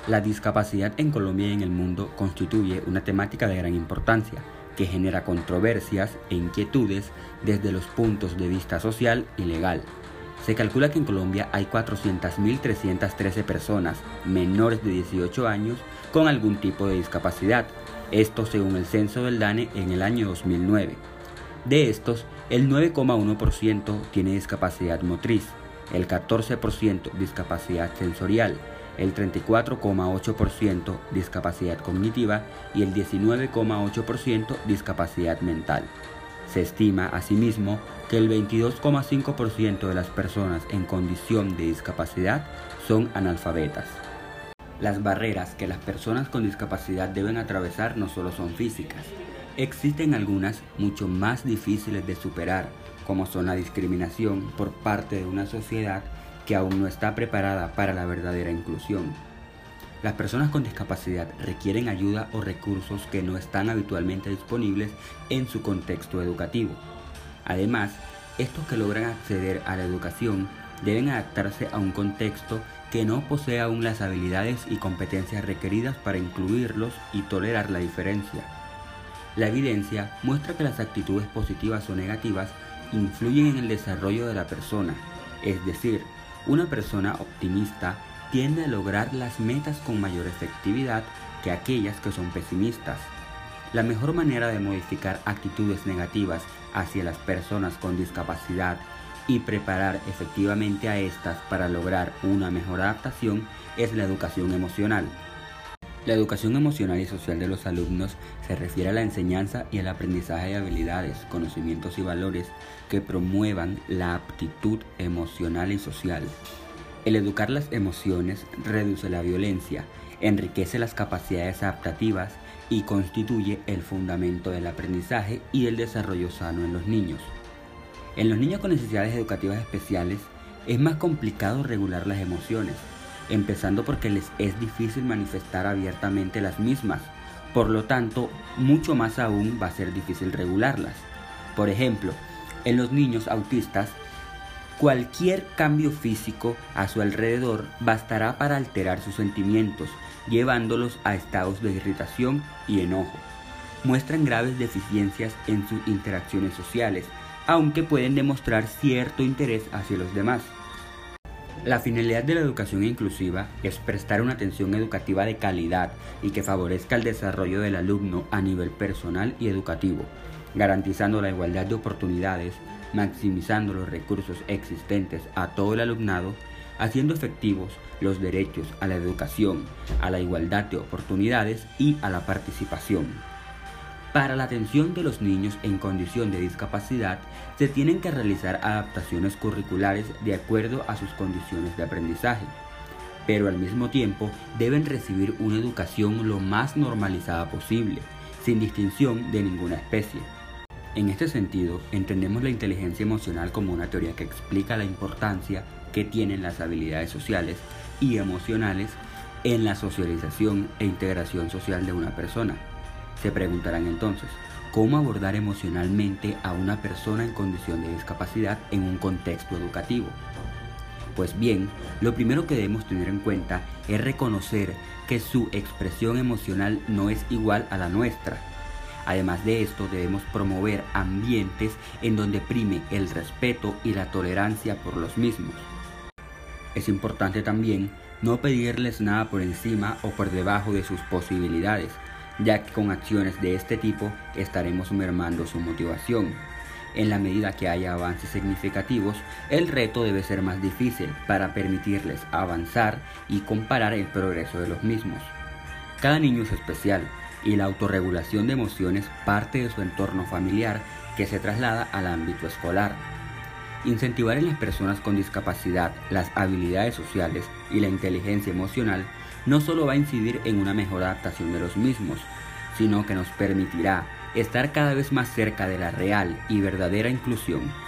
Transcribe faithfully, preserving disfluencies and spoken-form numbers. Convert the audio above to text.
La discapacidad en Colombia y en el mundo constituye una temática de gran importancia, que genera controversias e inquietudes desde los puntos de vista social y legal. Se calcula que en Colombia hay cuatrocientas mil trescientas trece personas menores de dieciocho años con algún tipo de discapacidad, esto según el censo del DANE en el año dos mil nueve. De estos, el nueve coma uno por ciento tiene discapacidad motriz, el catorce por ciento discapacidad sensorial, el treinta y cuatro coma ocho por ciento discapacidad cognitiva y el diecinueve coma ocho por ciento discapacidad mental. Se estima, asimismo, que el veintidós coma cinco por ciento de las personas en condición de discapacidad son analfabetas. Las barreras que las personas con discapacidad deben atravesar no solo son físicas. Existen algunas mucho más difíciles de superar, como son la discriminación por parte de una sociedad que aún no está preparada para la verdadera inclusión. Las personas con discapacidad requieren ayuda o recursos que no están habitualmente disponibles en su contexto educativo. Además, estos que logran acceder a la educación deben adaptarse a un contexto que no posee aún las habilidades y competencias requeridas para incluirlos y tolerar la diferencia. La evidencia muestra que las actitudes positivas o negativas influyen en el desarrollo de la persona, es decir, una persona optimista tiende a lograr las metas con mayor efectividad que aquellas que son pesimistas. La mejor manera de modificar actitudes negativas hacia las personas con discapacidad y preparar efectivamente a estas para lograr una mejor adaptación es la educación emocional. La educación emocional y social de los alumnos se refiere a la enseñanza y el aprendizaje de habilidades, conocimientos y valores que promuevan la aptitud emocional y social. El educar las emociones reduce la violencia, enriquece las capacidades adaptativas y constituye el fundamento del aprendizaje y del desarrollo sano en los niños. En los niños con necesidades educativas especiales es más complicado regular las emociones, empezando porque les es difícil manifestar abiertamente las mismas, por lo tanto, mucho más aún va a ser difícil regularlas. Por ejemplo, en los niños autistas, cualquier cambio físico a su alrededor bastará para alterar sus sentimientos, llevándolos a estados de irritación y enojo. Muestran graves deficiencias en sus interacciones sociales, aunque pueden demostrar cierto interés hacia los demás. La finalidad de la educación inclusiva es prestar una atención educativa de calidad y que favorezca el desarrollo del alumno a nivel personal y educativo, garantizando la igualdad de oportunidades, maximizando los recursos existentes a todo el alumnado, haciendo efectivos los derechos a la educación, a la igualdad de oportunidades y a la participación. Para la atención de los niños en condición de discapacidad, se tienen que realizar adaptaciones curriculares de acuerdo a sus condiciones de aprendizaje, pero al mismo tiempo deben recibir una educación lo más normalizada posible, sin distinción de ninguna especie. En este sentido, entendemos la inteligencia emocional como una teoría que explica la importancia que tienen las habilidades sociales y emocionales en la socialización e integración social de una persona. Se preguntarán entonces, ¿cómo abordar emocionalmente a una persona en condición de discapacidad en un contexto educativo? Pues bien, lo primero que debemos tener en cuenta es reconocer que su expresión emocional no es igual a la nuestra. Además de esto, debemos promover ambientes en donde prime el respeto y la tolerancia por los mismos. Es importante también no pedirles nada por encima o por debajo de sus posibilidades, ya que con acciones de este tipo estaremos mermando su motivación. En la medida que haya avances significativos, el reto debe ser más difícil para permitirles avanzar y comparar el progreso de los mismos. Cada niño es especial y la autorregulación de emociones parte de su entorno familiar que se traslada al ámbito escolar. Incentivar en las personas con discapacidad las habilidades sociales y la inteligencia emocional no solo va a incidir en una mejor adaptación de los mismos, sino que nos permitirá estar cada vez más cerca de la real y verdadera inclusión.